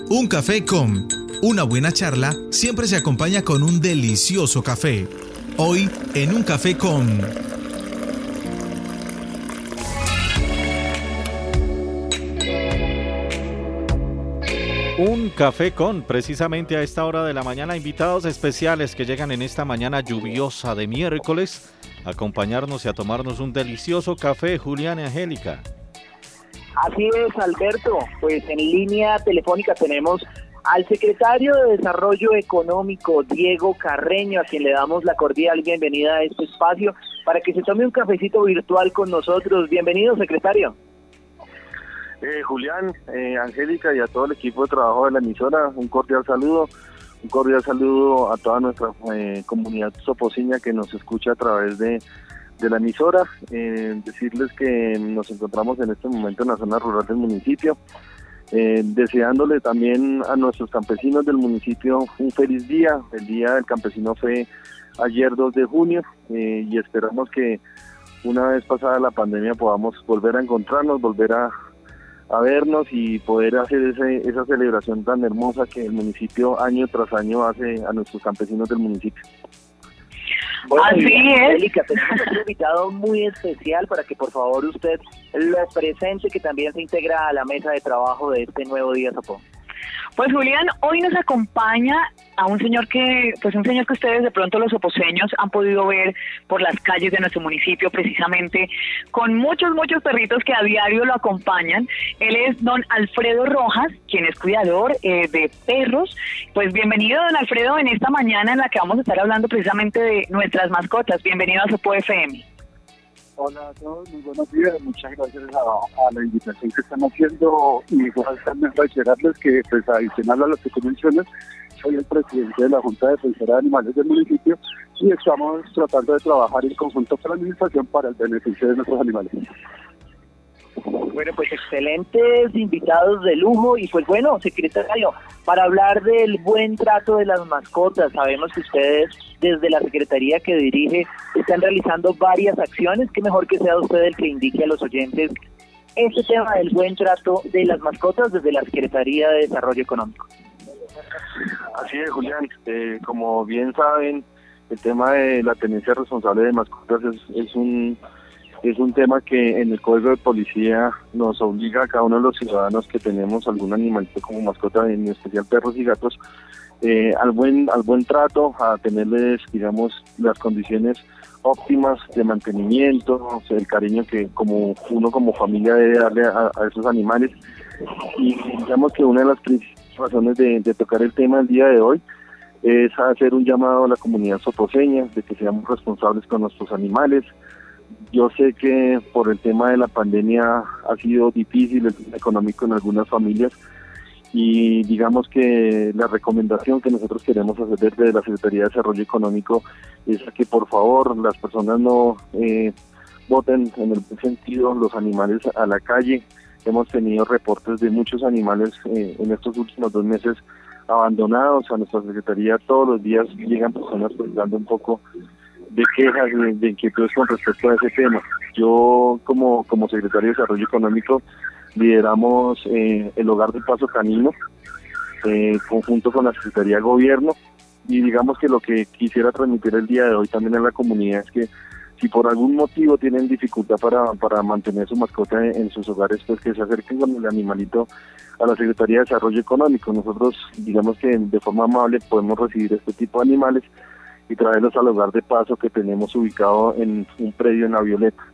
Un café con una buena charla siempre se acompaña con un delicioso café. Hoy, en Un Café con... Un café con, precisamente a esta hora de la mañana, invitados especiales que llegan en esta mañana lluviosa de miércoles a acompañarnos y a tomarnos un delicioso café. Julián y Angélica. Así es, Alberto. Pues en línea telefónica tenemos al secretario de Desarrollo Económico, Diego Carreño, a quien le damos la cordial bienvenida a este espacio para que se tome un cafecito virtual con nosotros. Bienvenido, secretario. Julián, Angélica y a todo el equipo de trabajo de la emisora, un cordial saludo a toda nuestra comunidad soposeña que nos escucha a través de la emisora. Decirles que nos encontramos en este momento en la zona rural del municipio, deseándole también a nuestros campesinos del municipio un feliz día. El Día del Campesino fue ayer 2 de junio y esperamos que una vez pasada la pandemia podamos volver a encontrarnos, volver a vernos y poder hacer esa celebración tan hermosa que el municipio año tras año hace a nuestros campesinos del municipio. Bueno, así es. Angélica, tenemos un invitado muy especial para que por favor usted lo presente, que también se integra a la mesa de trabajo de este nuevo Día Sopó. Pues Julián, hoy nos acompaña a un señor que ustedes de pronto los soposeños han podido ver por las calles de nuestro municipio, precisamente con muchos perritos que a diario lo acompañan. Él es don Alfredo Rojas, quien es cuidador de perros. Pues bienvenido, don Alfredo, en esta mañana en la que vamos a estar hablando precisamente de nuestras mascotas. Bienvenido a Sopó FM. Hola a todos, muy buenos días, muchas gracias a la invitación que están haciendo y igual también reiterarles que pues adicional a lo que tú mencionas, soy el presidente de la Junta de Defensora de Animales del municipio y estamos tratando de trabajar en conjunto con la administración para el beneficio de nuestros animales. Bueno, pues excelentes invitados de lujo y pues bueno, secretario, para hablar del buen trato de las mascotas, sabemos que ustedes desde la secretaría que dirige están realizando varias acciones, qué mejor que sea usted el que indique a los oyentes este tema del buen trato de las mascotas desde la Secretaría de Desarrollo Económico. Así es, Julián, como bien saben, el tema de la tenencia responsable de mascotas es un tema que en el Código de Policía nos obliga a cada uno de los ciudadanos que tenemos algún animalito como mascota, en especial perros y gatos, al buen trato, a tenerles, digamos, las condiciones óptimas de mantenimiento, o sea, el cariño que como uno como familia debe darle a esos animales. Y digamos que una de las principales razones de tocar el tema el día de hoy es hacer un llamado a la comunidad soposeña de que seamos responsables con nuestros animales. Yo sé que por el tema de la pandemia ha sido difícil el tema económico en algunas familias y digamos que la recomendación que nosotros queremos hacer desde la Secretaría de Desarrollo Económico es que por favor las personas no boten en el buen sentido los animales a la calle. Hemos tenido reportes de muchos animales en estos últimos 2 meses abandonados a nuestra Secretaría. Todos los días llegan personas pues dando un poco de quejas, de inquietudes con respecto a ese tema. Yo como secretario de Desarrollo Económico lideramos el Hogar del Paso Canino conjunto con la Secretaría de Gobierno y digamos que lo que quisiera transmitir el día de hoy también a la comunidad es que si por algún motivo tienen dificultad para mantener su mascota en sus hogares, pues que se acerquen con el animalito a la Secretaría de Desarrollo Económico. Nosotros digamos que de forma amable podemos recibir este tipo de animales y traerlos al Hogar de Paso que tenemos ubicado en un predio en La Violeta.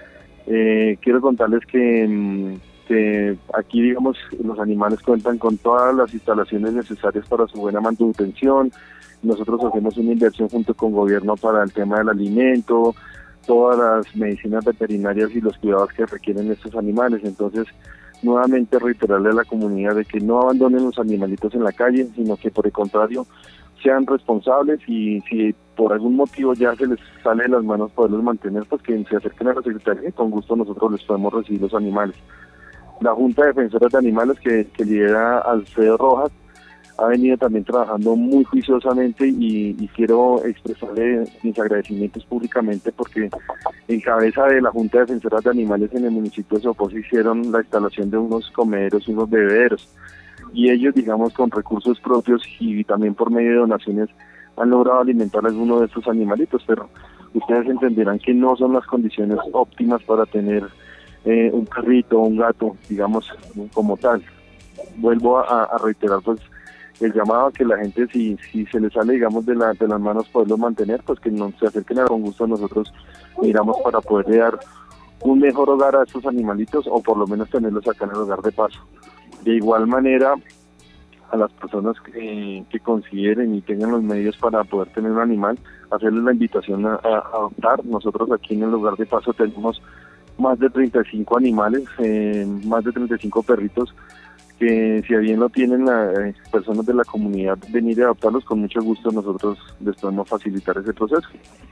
Quiero contarles que aquí, digamos, los animales cuentan con todas las instalaciones necesarias para su buena manutención. Nosotros hacemos una inversión junto con gobierno para el tema del alimento, todas las medicinas veterinarias y los cuidados que requieren estos animales. Entonces, nuevamente reiterarle a la comunidad de que no abandonen los animalitos en la calle, sino que por el contrario, sean responsables y si por algún motivo ya se les sale de las manos poderlos mantener, pues que se acerquen a la Secretaría y con gusto nosotros les podemos recibir los animales. La Junta de Defensores de Animales que lidera Alfredo Rojas ha venido también trabajando muy juiciosamente y quiero expresarle mis agradecimientos públicamente porque en cabeza de la Junta de Defensoras de Animales en el municipio de Sopó se hicieron la instalación de unos comederos y unos bebederos. y ellos, digamos, con recursos propios y también por medio de donaciones han logrado alimentar a alguno de estos animalitos, pero ustedes entenderán que no son las condiciones óptimas para tener un perrito o un gato, digamos, como tal. Vuelvo a reiterar pues el llamado a que la gente, si se les sale, digamos, de las manos poderlo mantener, pues que no se acerquen, con gusto nosotros miramos para poderle dar un mejor hogar a estos animalitos, o por lo menos tenerlos acá en el hogar de paso. De igual manera, a las personas que consideren y tengan los medios para poder tener un animal, hacerles la invitación a adoptar. Nosotros aquí en el hogar de paso tenemos más de 35 animales, más de 35 perritos, que si bien lo tienen las personas de la comunidad, venir a adoptarlos, con mucho gusto nosotros les podemos facilitar ese proceso.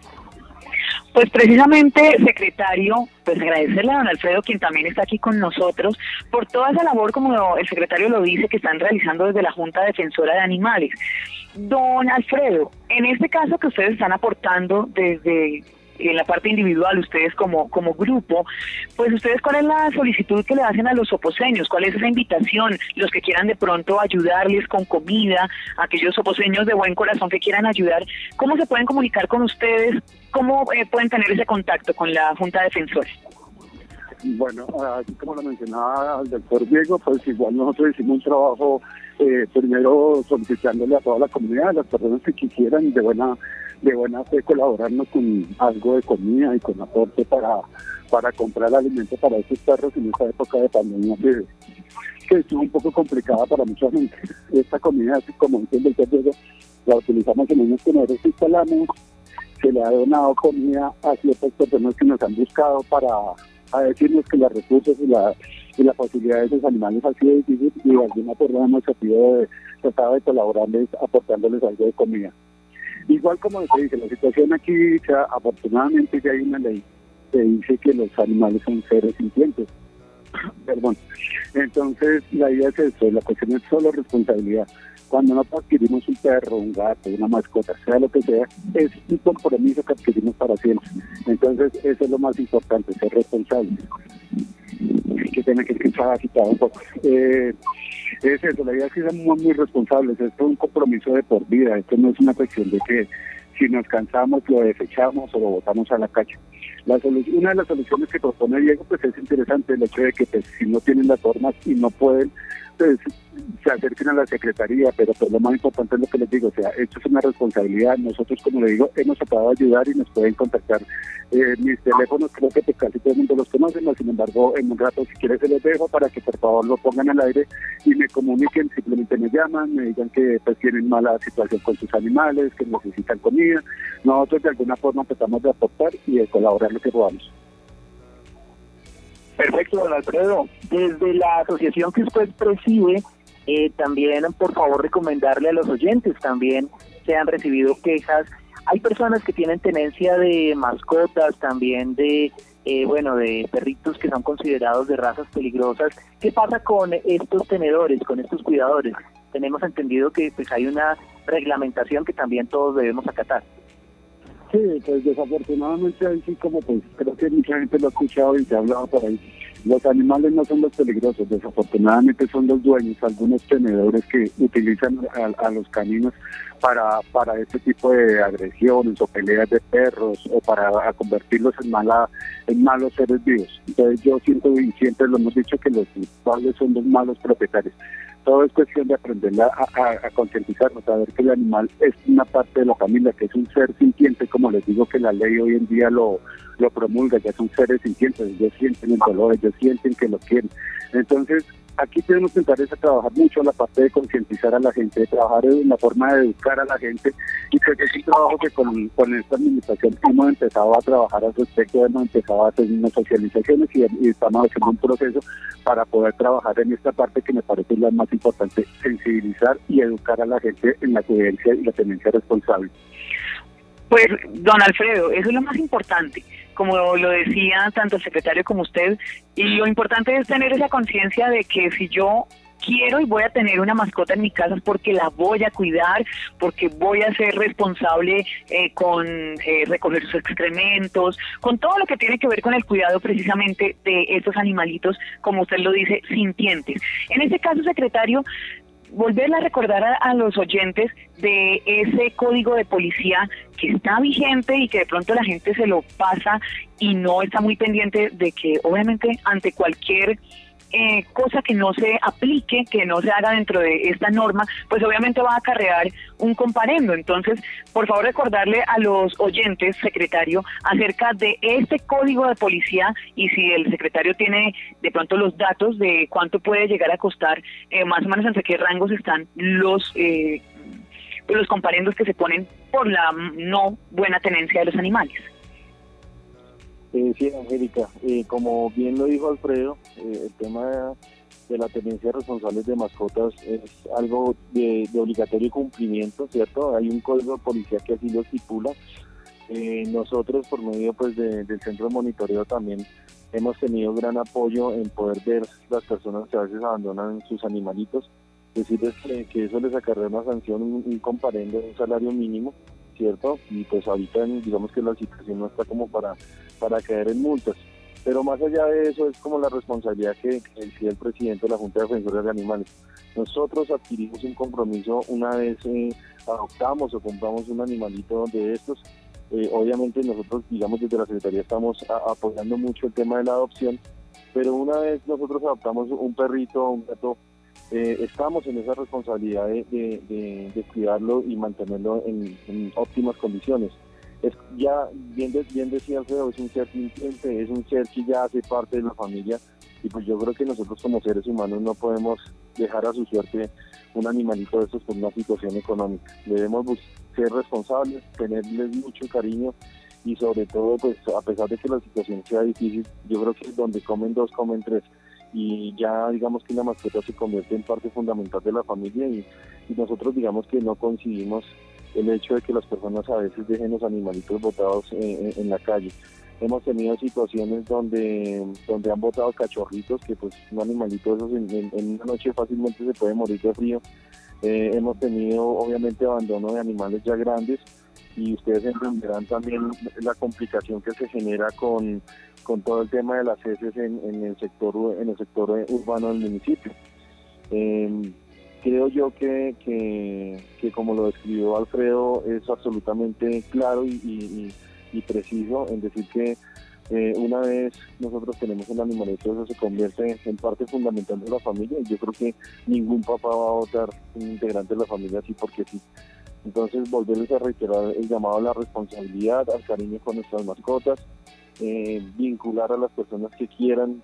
Pues precisamente, secretario, pues agradecerle a don Alfredo, quien también está aquí con nosotros, por toda esa labor, como el secretario lo dice, que están realizando desde la Junta Defensora de Animales. Don Alfredo, en este caso que ustedes están aportando desde en la parte individual, ustedes como grupo, pues ustedes, ¿cuál es la solicitud que le hacen a los oposeños? ¿Cuál es esa invitación? Los que quieran de pronto ayudarles con comida, aquellos oposeños de buen corazón que quieran ayudar, ¿cómo se pueden comunicar con ustedes? ¿Cómo pueden tener ese contacto con la Junta Defensora? Bueno, así como lo mencionaba el doctor Diego, pues igual nosotros hicimos un trabajo primero solicitándole a toda la comunidad, a las personas que quisieran de buena fe colaborarnos con algo de comida y con aporte para comprar alimento para estos perros en esta época de pandemia que estuvo un poco complicada para mucha gente. Esta comida, como dice el doctor Diego, la utilizamos en unos comedores que instalamos, se le ha donado comida a ciertas personas que nos han buscado para decirnos que los recursos y la posibilidad de esos animales ha sido difícil, y de alguna forma hemos tratado de colaborarles aportándoles algo de comida. Igual como se dice, la situación aquí, afortunadamente ya hay una ley que dice que los animales son seres sintientes. Perdón. Entonces la idea es eso, la cuestión es solo responsabilidad. Cuando nosotros adquirimos un perro, un gato, una mascota, sea lo que sea, es un compromiso que adquirimos para siempre. Entonces eso es lo más importante, ser responsable. Que tiene que estar agitado un poco. Es eso, la idea es que seamos muy responsables. Esto es un compromiso de por vida. Esto no es una cuestión de que si nos cansamos lo desechamos o lo botamos a la calle. Una de las soluciones que propone Diego, pues es interesante el hecho de que pues, si no tienen las formas y no pueden, pues se acerquen a la secretaría, pero pues lo más importante es lo que les digo, o sea, esto es una responsabilidad. Nosotros, como le digo, hemos tratado de ayudar y nos pueden contactar. Mis teléfonos creo que pues, casi todo el mundo los conoce, sin embargo, en un rato, si quieren, se los dejo para que por favor lo pongan al aire y me comuniquen, simplemente me llaman, me digan que pues tienen mala situación con sus animales, que necesitan comida. Nosotros de alguna forma tratamos de aportar y de colaborar lo que podamos. Perfecto, don Alfredo. Desde la asociación que usted preside, también por favor recomendarle a los oyentes, también se han recibido quejas. Hay personas que tienen tenencia de mascotas, también de perritos que son considerados de razas peligrosas. ¿Qué pasa con estos tenedores, con estos cuidadores? Tenemos entendido que pues hay una reglamentación que también todos debemos acatar. Sí, pues desafortunadamente así como pues creo que mucha gente lo ha escuchado y se ha hablado por ahí. Los animales no son los peligrosos, desafortunadamente son los dueños, algunos tenedores que utilizan a los caninos para este tipo de agresiones o peleas de perros o para convertirlos en malos seres vivos. Entonces yo siento y siempre lo hemos dicho que los culpables son los malos propietarios. Todo es cuestión de aprender a concientizarnos, a ver que el animal es una parte de la familia, que es un ser sintiente, como les digo que la ley hoy en día lo promulga, ya son seres sintientes, ellos sienten el dolor, ellos sienten que lo quieren. Entonces, aquí tenemos que empezar a trabajar mucho la parte de concientizar a la gente, de trabajar en la forma de educar a la gente, y creo que es un trabajo que con esta administración hemos empezado a trabajar al respecto, hemos empezado a hacer unas socializaciones y estamos haciendo un proceso para poder trabajar en esta parte que me parece la más importante, sensibilizar y educar a la gente en la cuidancia y la tenencia responsable. Pues, don Alfredo, eso es lo más importante, como lo decía tanto el secretario como usted, y lo importante es tener esa conciencia de que si yo quiero y voy a tener una mascota en mi casa es porque la voy a cuidar, porque voy a ser responsable con recoger sus excrementos, con todo lo que tiene que ver con el cuidado precisamente de estos animalitos, como usted lo dice, sintientes. En este caso, secretario, volverle a recordar a los oyentes de ese código de policía que está vigente y que de pronto la gente se lo pasa y no está muy pendiente de que obviamente ante cualquier cosa que no se aplique, que no se haga dentro de esta norma, pues obviamente va a acarrear un comparendo. Entonces, por favor, recordarle a los oyentes, secretario, acerca de este código de policía y si el secretario tiene de pronto los datos de cuánto puede llegar a costar, más o menos entre qué rangos están los comparendos que se ponen por la no buena tenencia de los animales. Sí, Angélica, como bien lo dijo Alfredo, el tema de la tenencia de responsables de mascotas es algo de obligatorio cumplimiento, ¿cierto? Hay un código de policía que así lo estipula. Nosotros, por medio pues del centro de monitoreo, también hemos tenido gran apoyo en poder ver las personas que a veces abandonan sus animalitos, decirles que eso les acarrea una sanción, un comparendo de un salario mínimo, ¿cierto? Y pues ahorita digamos que la situación no está como para caer en multas. Pero más allá de eso es como la responsabilidad que decía el presidente de la Junta de Defensores de Animales. Nosotros adquirimos un compromiso una vez adoptamos o compramos un animalito de estos. Obviamente nosotros, digamos, desde la Secretaría estamos apoyando mucho el tema de la adopción, pero una vez nosotros adoptamos un perrito, un gato, estamos en esa responsabilidad de cuidarlo y mantenerlo en óptimas condiciones. Es ya, bien decía Alfredo, es un ser sintiente, es un ser que ya hace parte de la familia, y pues yo creo que nosotros como seres humanos no podemos dejar a su suerte un animalito de estos por una situación económica. Debemos ser responsables, tenerles mucho cariño y sobre todo, pues a pesar de que la situación sea difícil, yo creo que donde comen dos, comen tres, y ya digamos que la mascota se convierte en parte fundamental de la familia y nosotros digamos que no coincidimos el hecho de que las personas a veces dejen los animalitos botados en la calle. Hemos tenido situaciones donde han botado cachorritos, que pues un animalito de esos en una noche fácilmente se puede morir de frío. Hemos tenido obviamente abandono de animales ya grandes, y ustedes entenderán también la complicación que se genera con todo el tema de las heces en el sector urbano del municipio. Creo yo que como lo describió Alfredo, es absolutamente claro y preciso en decir que una vez nosotros tenemos el animalito, eso se convierte en parte fundamental de la familia, y yo creo que ningún papá va a votar un integrante de la familia así porque sí. Entonces, volverles a reiterar el llamado a la responsabilidad, al cariño con nuestras mascotas, vincular a las personas que quieran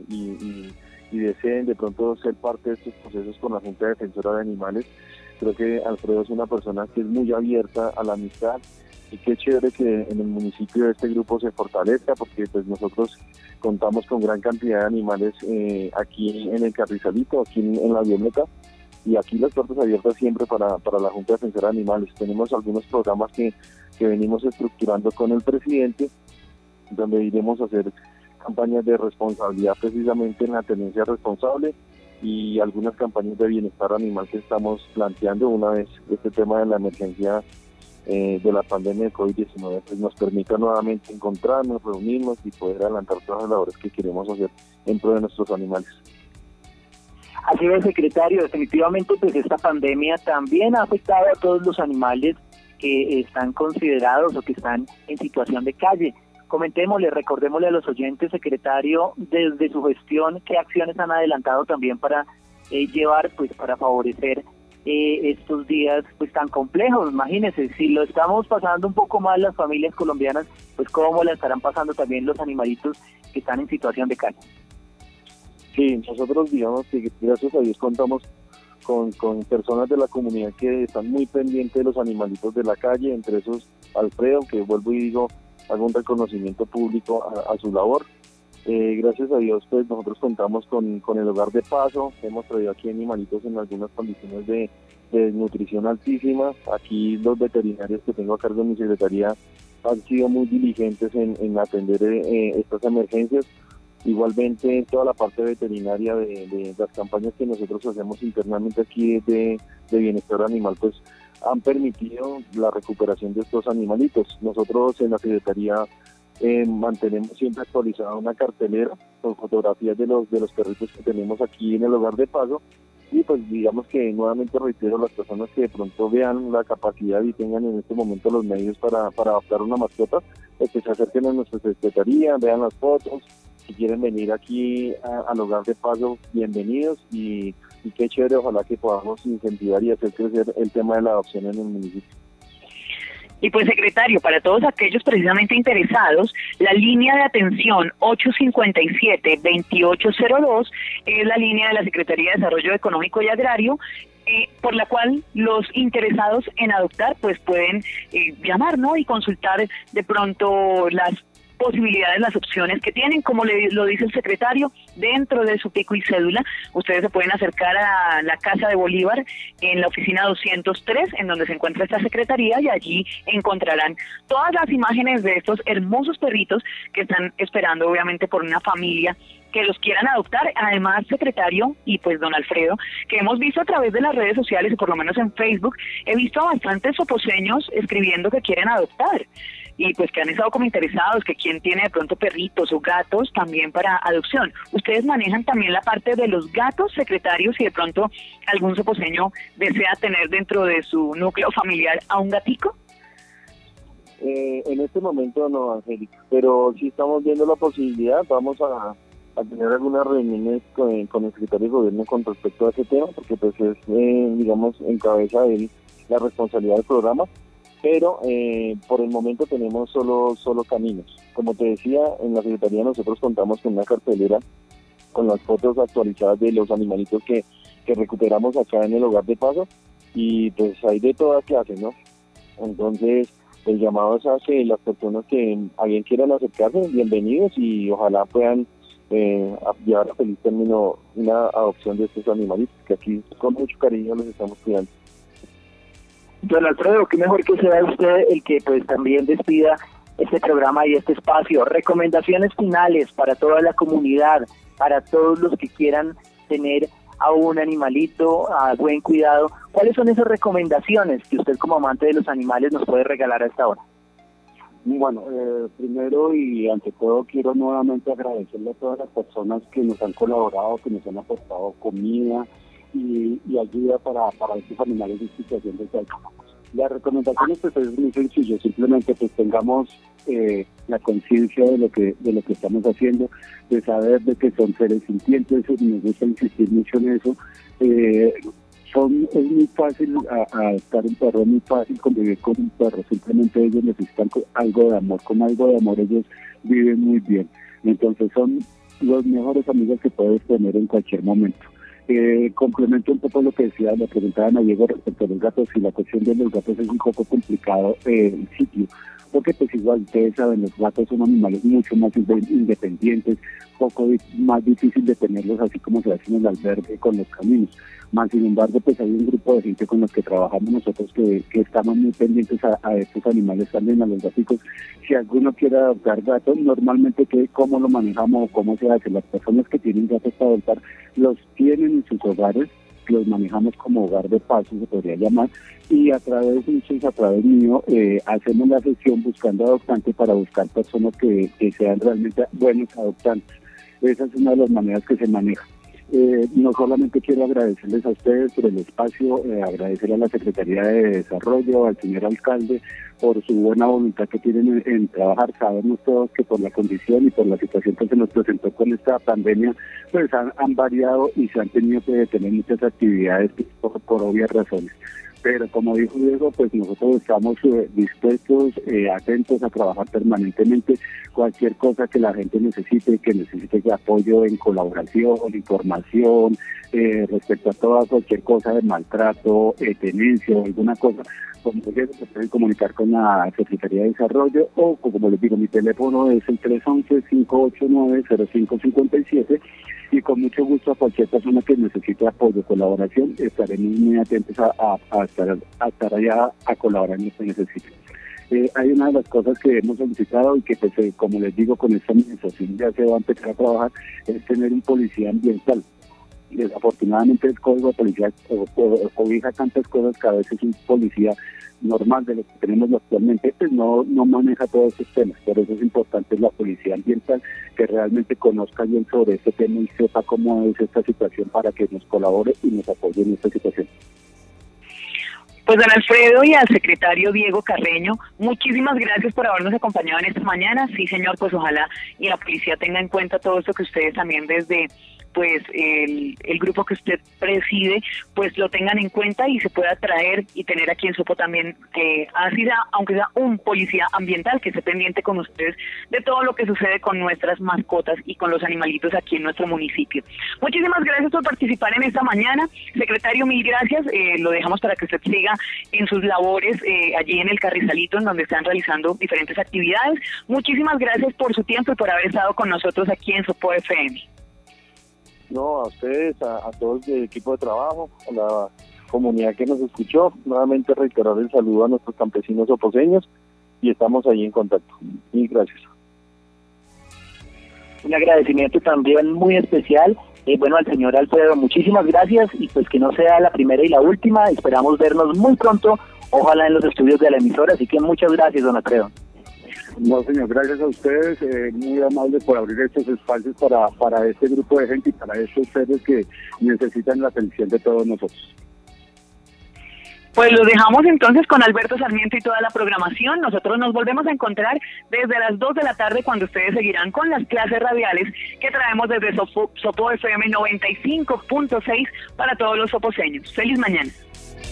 y deseen de pronto ser parte de estos procesos con la Junta Defensora de Animales. Creo que Alfredo es una persona que es muy abierta a la amistad, y qué chévere que en el municipio este grupo se fortalezca, porque pues nosotros contamos con gran cantidad de animales aquí en el Carrizalito, aquí en la Violeta, y aquí las puertas abiertas siempre para la Junta Defensora de Animales. Tenemos algunos programas que venimos estructurando con el presidente, donde iremos a hacer campañas de responsabilidad precisamente en la tenencia responsable, y algunas campañas de bienestar animal que estamos planteando una vez este tema de la emergencia de la pandemia de COVID-19 pues nos permita nuevamente encontrarnos, reunirnos y poder adelantar todas las labores que queremos hacer en pro de nuestros animales. Así es, secretario, definitivamente pues esta pandemia también ha afectado a todos los animales que están considerados o que están en situación de calle. Comentémosle, recordémosle a los oyentes, secretario, desde su gestión, qué acciones han adelantado también para llevar, pues para favorecer estos días pues tan complejos. Imagínense, si lo estamos pasando un poco mal las familias colombianas, pues cómo la estarán pasando también los animalitos que están en situación de calle. Sí, nosotros digamos que gracias a Dios contamos con personas de la comunidad que están muy pendientes de los animalitos de la calle, entre esos Alfredo, que vuelvo y digo, hago un reconocimiento público a su labor. Gracias a Dios pues nosotros contamos con el hogar de paso, hemos traído aquí animalitos en algunas condiciones de desnutrición altísima. Aquí los veterinarios que tengo a cargo de mi secretaría han sido muy diligentes en atender estas emergencias. Igualmente toda la parte veterinaria de las campañas que nosotros hacemos internamente aquí de bienestar animal pues han permitido la recuperación de estos animalitos. Nosotros en la secretaría mantenemos siempre actualizada una cartelera con fotografías de los perritos que tenemos aquí en el hogar de paso, Y pues digamos que nuevamente reitero, las personas que de pronto vean la capacidad y tengan en este momento los medios para adoptar una mascota, pues que se acerquen a nuestra secretaría, vean las fotos. Si quieren venir aquí al Hogar de Paso, bienvenidos, y qué chévere, ojalá que podamos incentivar y hacer crecer el tema de la adopción en el municipio. Y pues, secretario, para todos aquellos precisamente interesados, la línea de atención 857-2802 es la línea de la Secretaría de Desarrollo Económico y Agrario, por la cual los interesados en adoptar pues pueden llamar, ¿no? Y consultar de pronto las posibilidades, las opciones que tienen, como lo dice el secretario, dentro de su pico y cédula. Ustedes se pueden acercar a la Casa de Bolívar en la oficina 203, en donde se encuentra esta secretaría, y allí encontrarán todas las imágenes de estos hermosos perritos que están esperando obviamente por una familia que los quieran adoptar. Además, secretario, y pues don Alfredo, que hemos visto a través de las redes sociales, y por lo menos en Facebook, he visto a bastantes soposeños escribiendo que quieren adoptar, y pues que han estado como interesados, que quien tiene de pronto perritos o gatos también para adopción. ¿Ustedes manejan también la parte de los gatos, secretarios, si de pronto algún soposeño desea tener dentro de su núcleo familiar a un gatico? En este momento no, Angélica, pero sí estamos viendo la posibilidad. Vamos a tener algunas reuniones con el secretario de Gobierno con respecto a ese tema, porque pues es, digamos, en cabeza de él la responsabilidad del programa. Pero por el momento tenemos solo caninos. Como te decía, en la Secretaría nosotros contamos con una cartelera con las fotos actualizadas de los animalitos que recuperamos acá en el Hogar de Paso, y pues hay de toda clase, ¿no? Entonces, el llamado es a que las personas que a bien quieran acercarse, bienvenidos, y ojalá puedan llevar a feliz término una adopción de estos animalitos, que aquí con mucho cariño los estamos cuidando. Don Alfredo, qué mejor que sea usted el que pues también despida este programa y este espacio. Recomendaciones finales para toda la comunidad, para todos los que quieran tener a un animalito a buen cuidado. ¿Cuáles son esas recomendaciones que usted, como amante de los animales, nos puede regalar a esta hora? Bueno, primero y ante todo quiero nuevamente agradecerle a todas las personas que nos han colaborado, que nos han aportado comida y ayuda para estos animales en situación de calle. La recomendación pues es muy sencillo, simplemente pues tengamos la conciencia de lo que estamos haciendo, de saber de que son seres sintientes. Nos gusta insistir mucho en eso. Es muy fácil adoptar un perro, es muy fácil convivir con un perro, simplemente ellos necesitan algo de amor. Con algo de amor ellos viven muy bien, entonces son los mejores amigos que puedes tener en cualquier momento. Complemento un poco lo que decía, le preguntaban a Diego respecto a los gatos, y la cuestión de los gatos es un poco complicado el sitio, porque pues igual ustedes saben, los gatos son animales mucho más independientes, poco más difícil de tenerlos así como se hace en el albergue con los caninos. Más sin embargo, pues hay un grupo de gente con los que trabajamos nosotros que estamos muy pendientes a estos animales, también a los gaticos. Si alguno quiere adoptar gatos, normalmente cómo lo manejamos o cómo se hace. Las personas que tienen gatos para adoptar los tienen en sus hogares, los manejamos como Hogar de Paso, se podría llamar, y a través mío hacemos la sesión buscando adoptantes para buscar personas que sean realmente buenos adoptantes. Esa es una de las maneras que se maneja. No solamente quiero agradecerles a ustedes por el espacio, agradecer a la Secretaría de Desarrollo, al señor alcalde, por su buena voluntad que tienen en trabajar. Sabemos todos que por la condición y por la situación que se nos presentó con esta pandemia, pues han variado y se han tenido que detener muchas actividades por obvias razones. Pero como dijo Diego, pues nosotros estamos dispuestos, atentos a trabajar permanentemente. Cualquier cosa que la gente necesite, que necesite de apoyo en colaboración, información, respecto a cualquier cosa de maltrato, tenencia o alguna cosa, como se pueden comunicar con la Secretaría de Desarrollo, o como les digo, mi teléfono es el 311-589-0557, y con mucho gusto a cualquier persona que necesite apoyo, colaboración, estaremos muy atentos a estar allá a colaborar en lo que necesiten. Hay una de las cosas que hemos solicitado y que, pues, como les digo, con esta administración ya se va a empezar a trabajar, es tener un policía ambiental. desafortunadamente el código de policía cobija tantas cosas que a veces un policía normal de lo que tenemos actualmente pues no maneja todos esos temas. Por eso es importante la policía ambiental que realmente conozca bien sobre este tema y sepa cómo es esta situación para que nos colabore y nos apoye en esta situación. Pues don Alfredo y al secretario Diego Carreño, muchísimas gracias por habernos acompañado en esta mañana. Sí, señor, pues ojalá y la policía tenga en cuenta todo esto que ustedes también desde pues el grupo que usted preside, pues lo tengan en cuenta y se pueda traer y tener aquí en Sopo también, así sea, aunque sea un policía ambiental que esté pendiente con ustedes de todo lo que sucede con nuestras mascotas y con los animalitos aquí en nuestro municipio. Muchísimas gracias por participar en esta mañana. Secretario, mil gracias. Lo dejamos para que usted siga en sus labores allí en el Carrizalito, en donde están realizando diferentes actividades. Muchísimas gracias por su tiempo y por haber estado con nosotros aquí en Sopo FM. No, a ustedes, a todo el equipo de trabajo, a la comunidad que nos escuchó, nuevamente reiterar el saludo a nuestros campesinos soposeños y estamos ahí en contacto. Mil gracias. Un agradecimiento también muy especial, al señor Alfredo, muchísimas gracias y pues que no sea la primera y la última, esperamos vernos muy pronto, ojalá en los estudios de la emisora, así que muchas gracias, don Alfredo. No, señor, gracias a ustedes, muy amables por abrir estos espacios para este grupo de gente y para estos seres que necesitan la atención de todos nosotros. Pues los dejamos entonces con Alberto Sarmiento y toda la programación. Nosotros nos volvemos a encontrar desde las 2 de la tarde cuando ustedes seguirán con las clases radiales que traemos desde Sopo FM 95.6 para todos los soposeños. Feliz mañana.